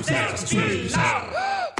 6, 3, loud.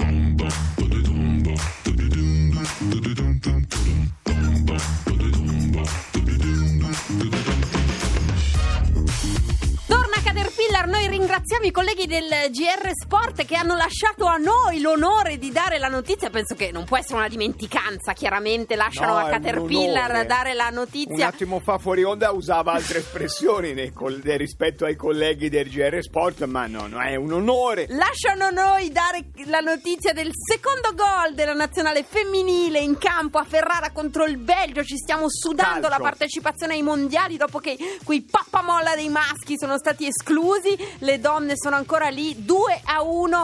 Noi ringraziamo i colleghi del GR Sport che hanno lasciato a noi l'onore di dare la notizia. Penso che non può essere una dimenticanza, chiaramente lasciano a Caterpillar dare la notizia. Un attimo fa fuori onda usava altre espressioni rispetto ai colleghi del GR Sport, ma no, è un onore. Lasciano a noi dare la notizia del secondo gol della nazionale femminile in campo a Ferrara contro il Belgio. Ci stiamo sudando la partecipazione ai mondiali dopo che quei pappamolla dei maschi sono stati esclusi. Le donne sono ancora lì. 2-1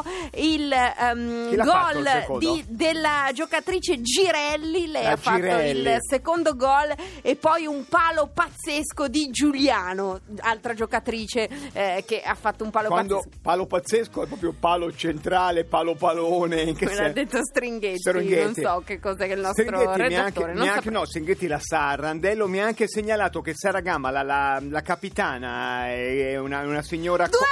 il gol della giocatrice Girelli. Lei ha fatto il secondo gol, e poi un palo pazzesco di Giuliano, altra giocatrice che ha fatto un palo pazzesco. Palo pazzesco è proprio palo centrale, palone. Me l'ha detto Stringhetti, non so che cos'è che il nostro redattore Stringhetti la sa. Randello mi ha anche segnalato che Sara Gama, la capitana, è una signora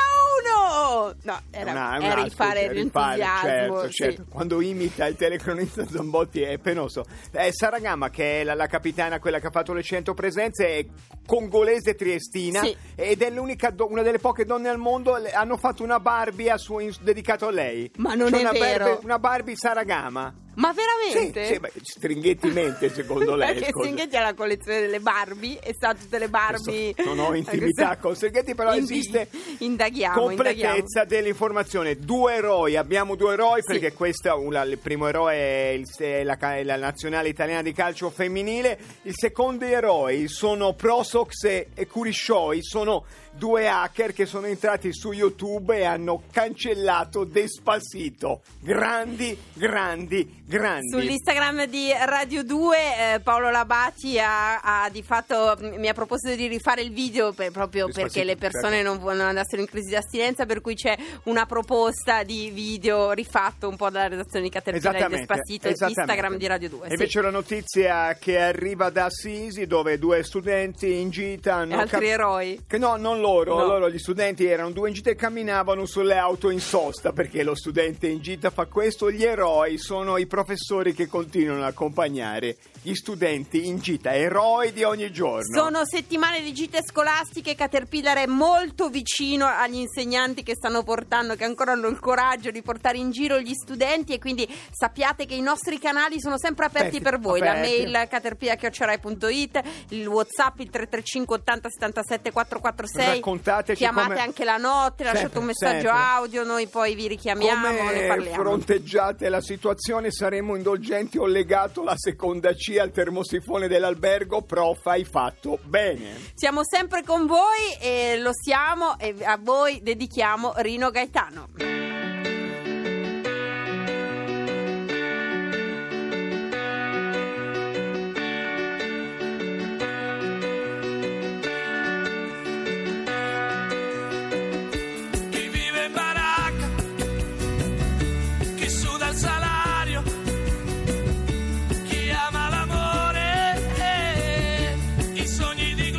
2-1! No, era rifare l'entusiasmo. Certo. Sì. Quando imita il telecronista Zambotti è penoso. Sara Gama, che è la capitana, quella che ha fatto le 100 presenze, è congolese triestina, sì, ed è una delle poche donne al mondo. Hanno fatto una Barbie dedicato a lei. Ma non è vero? Una Barbie Sara Gama. Ma veramente? Sì, Stringhetti mente, secondo lei. Perché Stringhetti ha la collezione delle Barbie e sa tutte le Barbie. Non ho intimità con Stringhetti, però esiste completezza dell'informazione. Abbiamo due eroi, sì, perché il primo eroe è la nazionale italiana di calcio femminile. I secondi eroi sono Prosox e Kurishoi, sono due hacker che sono entrati su YouTube e hanno cancellato Despacito. Grandi. Sull'Instagram di Radio 2 Paolo Labati di fatto mi ha proposto di rifare il video proprio perché le persone non andassero in crisi di astinenza, per cui c'è una proposta di video rifatto un po' dalla redazione di Caterpillar di Despacito, Instagram di Radio 2. E invece la notizia che arriva da Assisi, dove due studenti in gita hanno altri eroi? Che no, non loro, gli studenti erano due in gita e camminavano sulle auto in sosta, perché lo studente in gita fa questo. Gli eroi sono i professori che continuano ad accompagnare gli studenti in gita, eroi di ogni giorno. Sono settimane di gite scolastiche. Caterpillar è molto vicino agli insegnanti che ancora hanno il coraggio di portare in giro gli studenti, e quindi sappiate che i nostri canali sono sempre aperti per voi. La mail caterpillar@rai.it, il WhatsApp il 335 80 77 446. Raccontateci, chiamate anche la notte, lasciate un messaggio audio, noi poi vi richiamiamo, ne parliamo. Fronteggiate la situazione, saremo indulgenti. Ho legato la seconda C al termosifone dell'albergo. Prof, hai fatto bene. Siamo sempre con voi, e lo siamo, e a voi dedichiamo Rino Gaetano.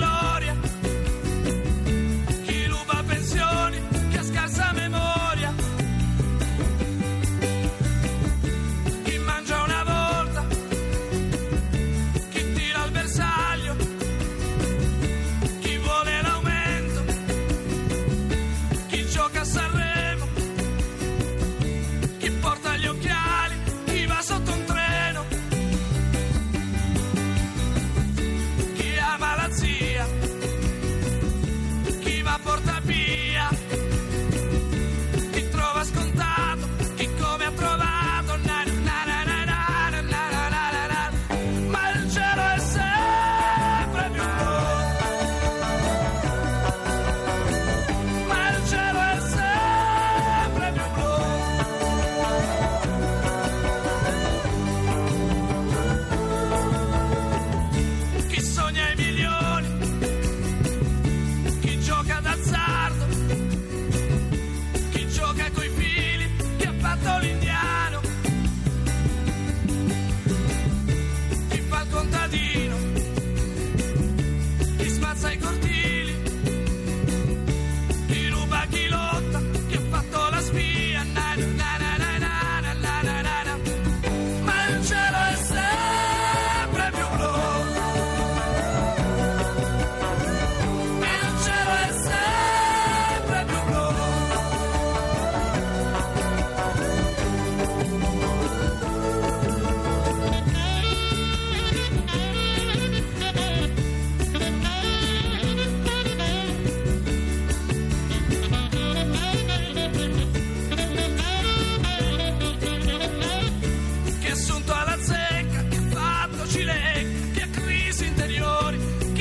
Chi ruba pensioni, che ha scarsa memoria,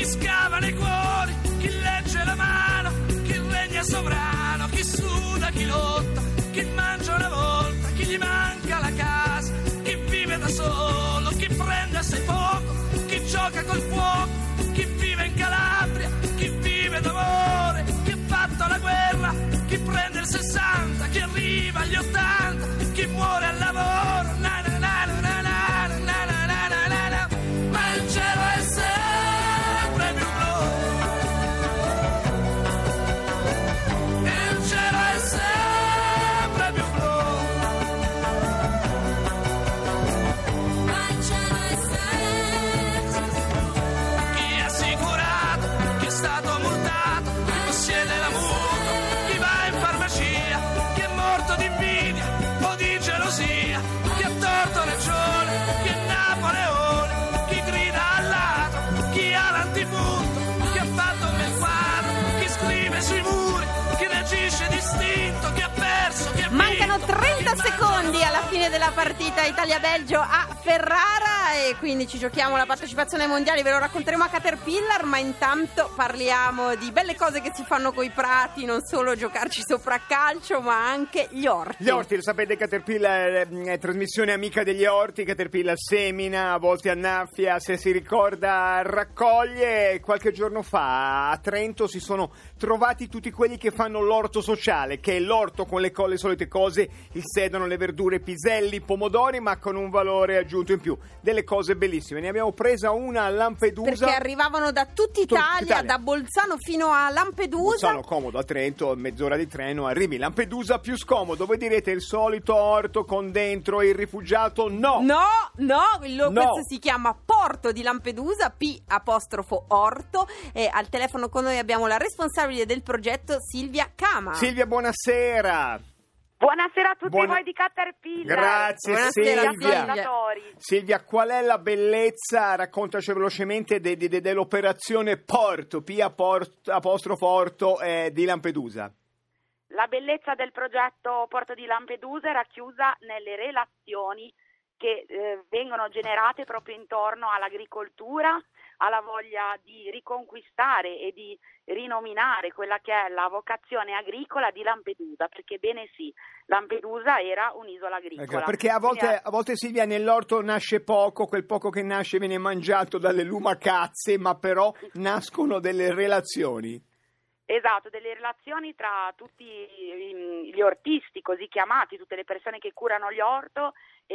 chi scava nei cuori, chi legge la mano, chi regna sovrano, chi suda, chi lotta, chi mangia una volta, chi gli manca la casa, chi vive da solo, chi prende assai poco, chi gioca col fuoco, chi vive in Calabria, chi vive d'amore, chi ha fatto la guerra, chi prende il 60, chi arriva agli 80, chi muore al lavoro, na na na na na na na na na na na. Ma il cielo è sempre più blu, il cielo è sempre più blu, ma il cielo è sempre più blu. Chi è assicurato, chi è stato multato, chi possiede la mutua, chi va in farmacia, chi è morto di invidia o di gelosia, chi ha torto ragione, chi è Napoleone, chi grida al ladro, chi ha l'antifurto, chi ha fatto un bel quadro, chi scrive sui muri, chi reagisce distinto, chi ha perso, chi ha vinto. Mancano 30 secondi alla fine della partita Italia-Belgio a Ferrara e quindi ci giochiamo la partecipazione ai mondiali, ve lo racconteremo a Caterpillar, ma intanto parliamo di belle cose che si fanno coi prati, non solo giocarci sopra a calcio ma anche gli orti. Gli orti, lo sapete, Caterpillar è trasmissione amica degli orti, Caterpillar semina, a volte annaffia, se si ricorda raccoglie. Qualche giorno fa a Trento si sono trovati tutti quelli che fanno l'orto sociale, che è l'orto con le solite cose, il sedano, le verdure, piselli, pomodori, ma con un valore aggiunto in più, delle cose bellissime. Ne abbiamo presa una a Lampedusa, perché arrivavano da tutta Italia, da Bolzano fino a Lampedusa. Bolzano comodo, a Trento mezz'ora di treno arrivi, Lampedusa più scomodo. Voi direte il solito orto con dentro il rifugiato? No, questo si chiama Porto di Lampedusa, P'(orto), e al telefono con noi abbiamo la responsabile del progetto, Silvia Cama. Silvia, buonasera. Buonasera a tutti voi di Caterpillar. Grazie. Buonasera, Silvia. Silvia, qual è la bellezza, raccontaci velocemente, dell'operazione Porto, P'(orto) di Lampedusa? La bellezza del progetto Porto di Lampedusa è racchiusa nelle relazioni che vengono generate proprio intorno all'agricoltura, alla voglia di riconquistare e di rinominare quella che è la vocazione agricola di Lampedusa, perché bene sì, Lampedusa era un'isola agricola. Perché a volte Silvia, nell'orto nasce poco, quel poco che nasce viene mangiato dalle lumacazze, ma però nascono delle relazioni. Esatto, delle relazioni tra tutti gli ortisti così chiamati, tutte le persone che curano gli orti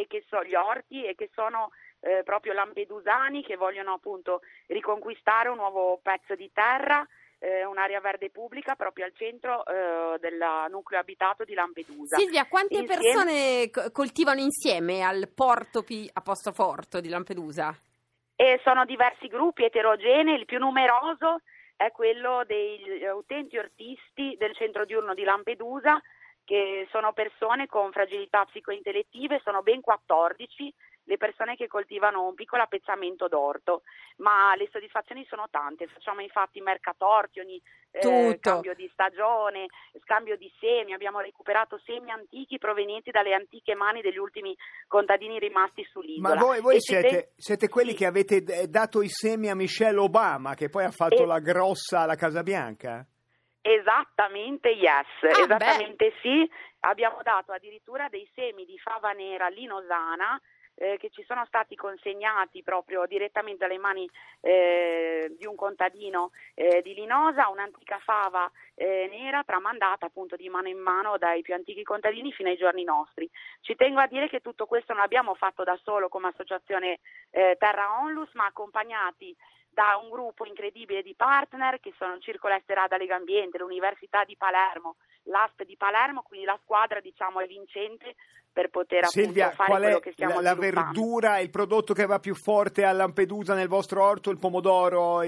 e che sono proprio lampedusani, che vogliono appunto riconquistare un nuovo pezzo di terra, un'area verde pubblica proprio al centro del nucleo abitato di Lampedusa. Silvia, quante persone coltivano insieme al Porto P'(orto) di Lampedusa? Sono diversi gruppi eterogenei, il più numeroso è quello degli utenti ortisti del centro diurno di Lampedusa, che sono persone con fragilità psicointellettive, sono ben 14 le persone che coltivano un piccolo appezzamento d'orto, ma le soddisfazioni sono tante. Facciamo infatti mercatorti ogni cambio di stagione, scambio di semi, abbiamo recuperato semi antichi provenienti dalle antiche mani degli ultimi contadini rimasti sull'isola. Ma voi siete quelli che avete dato i semi a Michelle Obama, che poi ha fatto la grossa alla Casa Bianca? Esattamente, esattamente sì. Abbiamo dato addirittura dei semi di fava nera linosana che ci sono stati consegnati proprio direttamente dalle mani di un contadino di Linosa, un'antica fava nera tramandata appunto di mano in mano dai più antichi contadini fino ai giorni nostri. Ci tengo a dire che tutto questo non l'abbiamo fatto da solo come associazione Terra Onlus, ma accompagnati da un gruppo incredibile di partner che sono il Circolo Esterada Legambiente, l'Università di Palermo, l'ASP di Palermo, quindi la squadra è vincente per poter Silvia, appunto fare quello che stiamo sviluppando. Silvia, la verdura, il prodotto che va più forte a Lampedusa nel vostro orto, il pomodoro,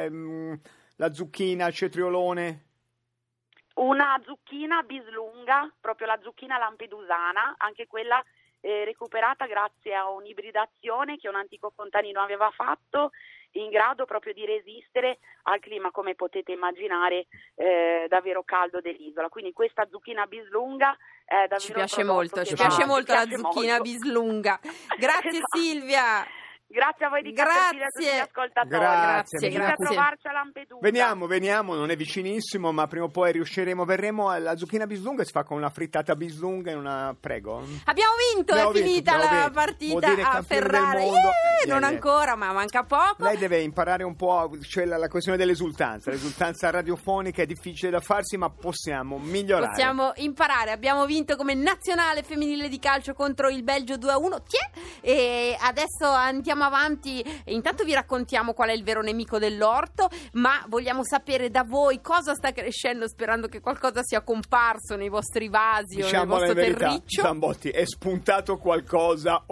la zucchina, il cetriolone? Una zucchina bislunga, proprio la zucchina lampedusana, anche quella recuperata grazie a un'ibridazione che un antico contadino aveva fatto, in grado proprio di resistere al clima, come potete immaginare, davvero caldo dell'isola. Quindi questa zucchina bislunga è davvero ci piace molto la zucchina bislunga. Grazie Silvia. Grazie a voi di Caterpillar, a tutti gli ascoltatori. Grazie. Venite a trovarci a Lampedusa. Veniamo, non è vicinissimo, ma prima o poi verremo alla zucchina bislunga, si fa con una frittata bislunga e una... Prego. Abbiamo vinto, è finita la partita a Ferrara. Non ancora, ma manca poco. Lei deve imparare un po', cioè la questione dell'esultanza. L'esultanza radiofonica è difficile da farsi, ma possiamo migliorare. Possiamo imparare. Abbiamo vinto come nazionale femminile di calcio contro il Belgio 2-1. E adesso andiamo avanti. Intanto vi raccontiamo qual è il vero nemico dell'orto, ma vogliamo sapere da voi cosa sta crescendo, sperando che qualcosa sia comparso nei vostri vasi o nel vostro terriccio. Zambotti, è spuntato qualcosa.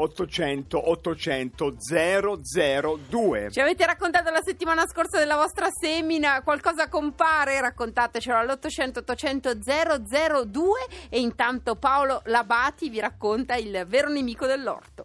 800 002. Ci avete raccontato la settimana scorsa della vostra semina, qualcosa compare? Raccontatecelo all'800 002. E intanto Paolo Labati vi racconta il vero nemico dell'orto.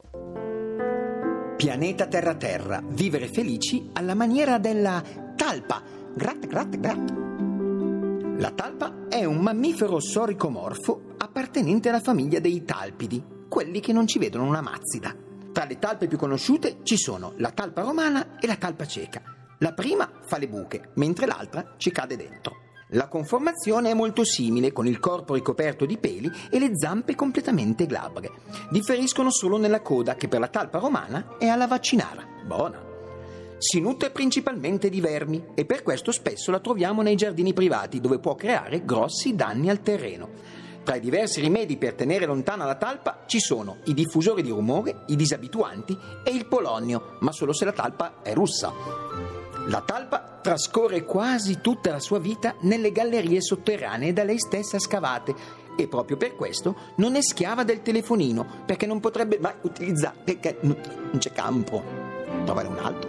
Pianeta Terra Terra, vivere felici alla maniera della talpa. Grat, grat, grat. La talpa è un mammifero soricomorfo appartenente alla famiglia dei talpidi, quelli che non ci vedono una mazzida. Tra le talpe più conosciute ci sono la talpa romana e la talpa ceca. La prima fa le buche, mentre l'altra ci cade dentro. La conformazione è molto simile, con il corpo ricoperto di peli e le zampe completamente glabre. Differiscono solo nella coda, che per la talpa romana è alla vaccinara. Buona! Si nutre principalmente di vermi e per questo spesso la troviamo nei giardini privati, dove può creare grossi danni al terreno. Tra i diversi rimedi per tenere lontana la talpa ci sono i diffusori di rumore, i disabituanti e il polonio, ma solo se la talpa è russa. La talpa trascorre quasi tutta la sua vita nelle gallerie sotterranee da lei stessa scavate e proprio per questo non è schiava del telefonino, perché non potrebbe mai utilizzare, perché non c'è campo. Trovare un altro.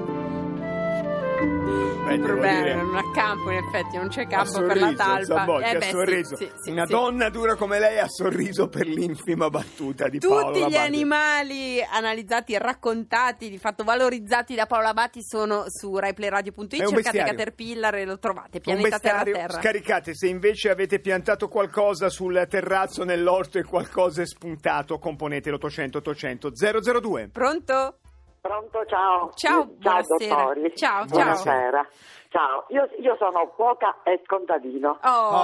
Il problema non ha campo, in effetti non c'è campo per la talpa. Ha sorriso. Sì, una donna dura come lei ha sorriso per l'infima battuta di Paolo Labati. Tutti gli animali analizzati e raccontati, di fatto valorizzati da Paolo Labati, sono su raiplayradio.it. Cercate Caterpillar e lo trovate. Pianeta Terra Terra. Scaricate. Se invece avete piantato qualcosa sul terrazzo, nell'orto, e qualcosa è spuntato, componete l'800 002. Pronto? Pronto, ciao. Ciao, buonasera. Dottori. Ciao. Buonasera. Ciao, io sono cuoca e contadino.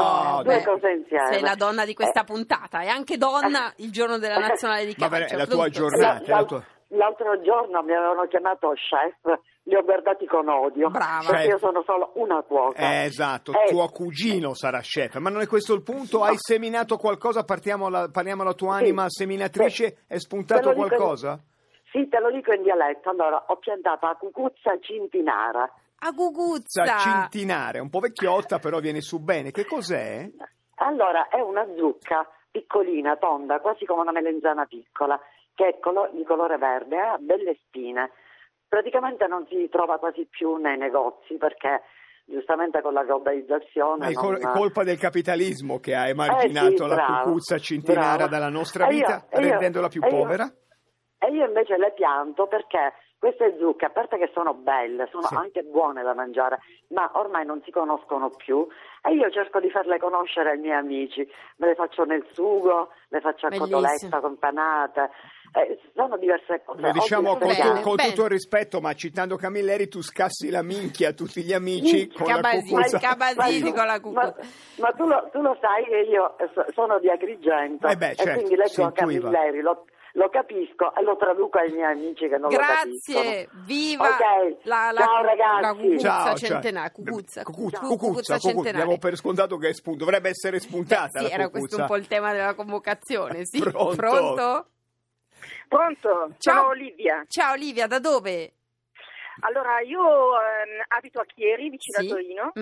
Due cose insieme. Sei la donna di questa puntata e anche donna il giorno della nazionale di calcio. È la tua giornata. L'altro giorno mi avevano chiamato chef, li ho guardati con odio. Brava. Perché io sono solo una cuoca. Esatto, tuo cugino sarà chef. Ma non è questo il punto? Hai seminato qualcosa? Parliamo alla tua anima seminatrice. È spuntato qualcosa? Sì, te lo dico in dialetto. Allora, ho piantato a cucuzza cintinara. A cucuzza cintinare, un po' vecchiotta, però viene su bene. Che cos'è? Allora, è una zucca piccolina, tonda, quasi come una melenzana piccola, che è di colore verde, ha belle spine. Praticamente non si trova quasi più nei negozi, perché giustamente con la globalizzazione... È colpa del capitalismo che ha emarginato la cucuzza cintinara dalla nostra vita, rendendola più povera. E io invece le pianto perché queste zucche, a parte che sono belle, sono anche buone da mangiare, ma ormai non si conoscono più e io cerco di farle conoscere ai miei amici. Me le faccio nel sugo, le faccio a cotoletta con panate, sono diverse cose. Lo diciamo con tutto il rispetto, ma citando Camilleri, tu scassi la minchia a tutti gli amici con la cucuzza. Con la cucuzza. Ma tu lo sai che io sono di Agrigento e quindi leggo a Camilleri, lo capisco e lo traduco ai miei amici che non lo capiscono. Grazie, viva ciao ragazzi. La cucuzza centenaria. Cucuzza centenaria. Diamo per scontato che dovrebbe essere spuntata. Sì, era questo un po' il tema della convocazione. Sì. Pronto? Ciao. Sono Olivia. Ciao Olivia, da dove? Allora, io abito a Chieri, vicino a Torino,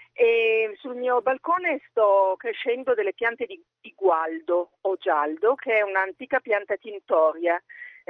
e sul mio balcone sto crescendo delle piante di gualdo o gialdo, che è un'antica pianta tintoria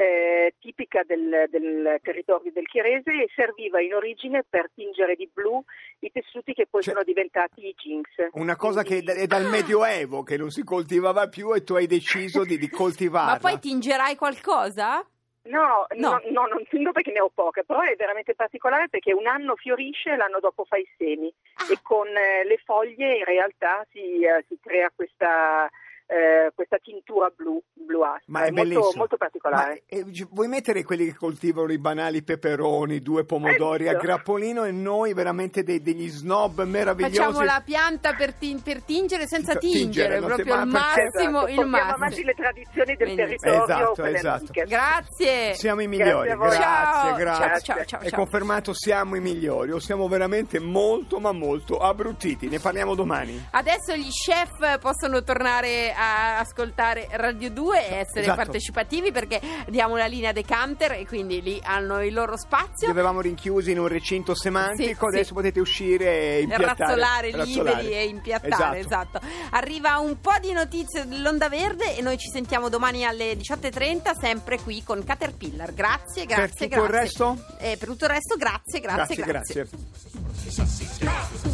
tipica del territorio del Chierese e serviva in origine per tingere di blu i tessuti che poi sono diventati i jeans. Una cosa che è dal Medioevo, che non si coltivava più e tu hai deciso di coltivarla. Ma poi tingerai qualcosa? No, non tingo perché ne ho poche, però è veramente particolare perché un anno fiorisce e l'anno dopo fa i semi e con le foglie in realtà si crea questa questa tintura blu acqua. Ma è molto, molto particolare. Vuoi mettere quelli che coltivano i banali peperoni, 2 pomodori a grappolino e noi veramente degli snob meravigliosi? Facciamo la pianta per tingere senza tingere, proprio il massimo. Portiamo avanti le tradizioni del territorio. Esatto. Grazie. Siamo i migliori. Grazie. Ciao. È confermato, siamo i migliori o siamo veramente molto ma molto abbruttiti. Ne parliamo domani. Adesso gli chef possono tornare a ascoltare Radio 2 e essere partecipativi, perché diamo la linea decanter e quindi lì hanno il loro spazio. Li avevamo rinchiusi in un recinto semantico, adesso potete uscire e impiattare. Razzolare liberi e impiattare, esatto. Arriva un po' di notizie dell'Onda Verde e noi ci sentiamo domani alle 18:30 sempre qui con Caterpillar. Grazie. Per tutto il resto? Per tutto il resto grazie.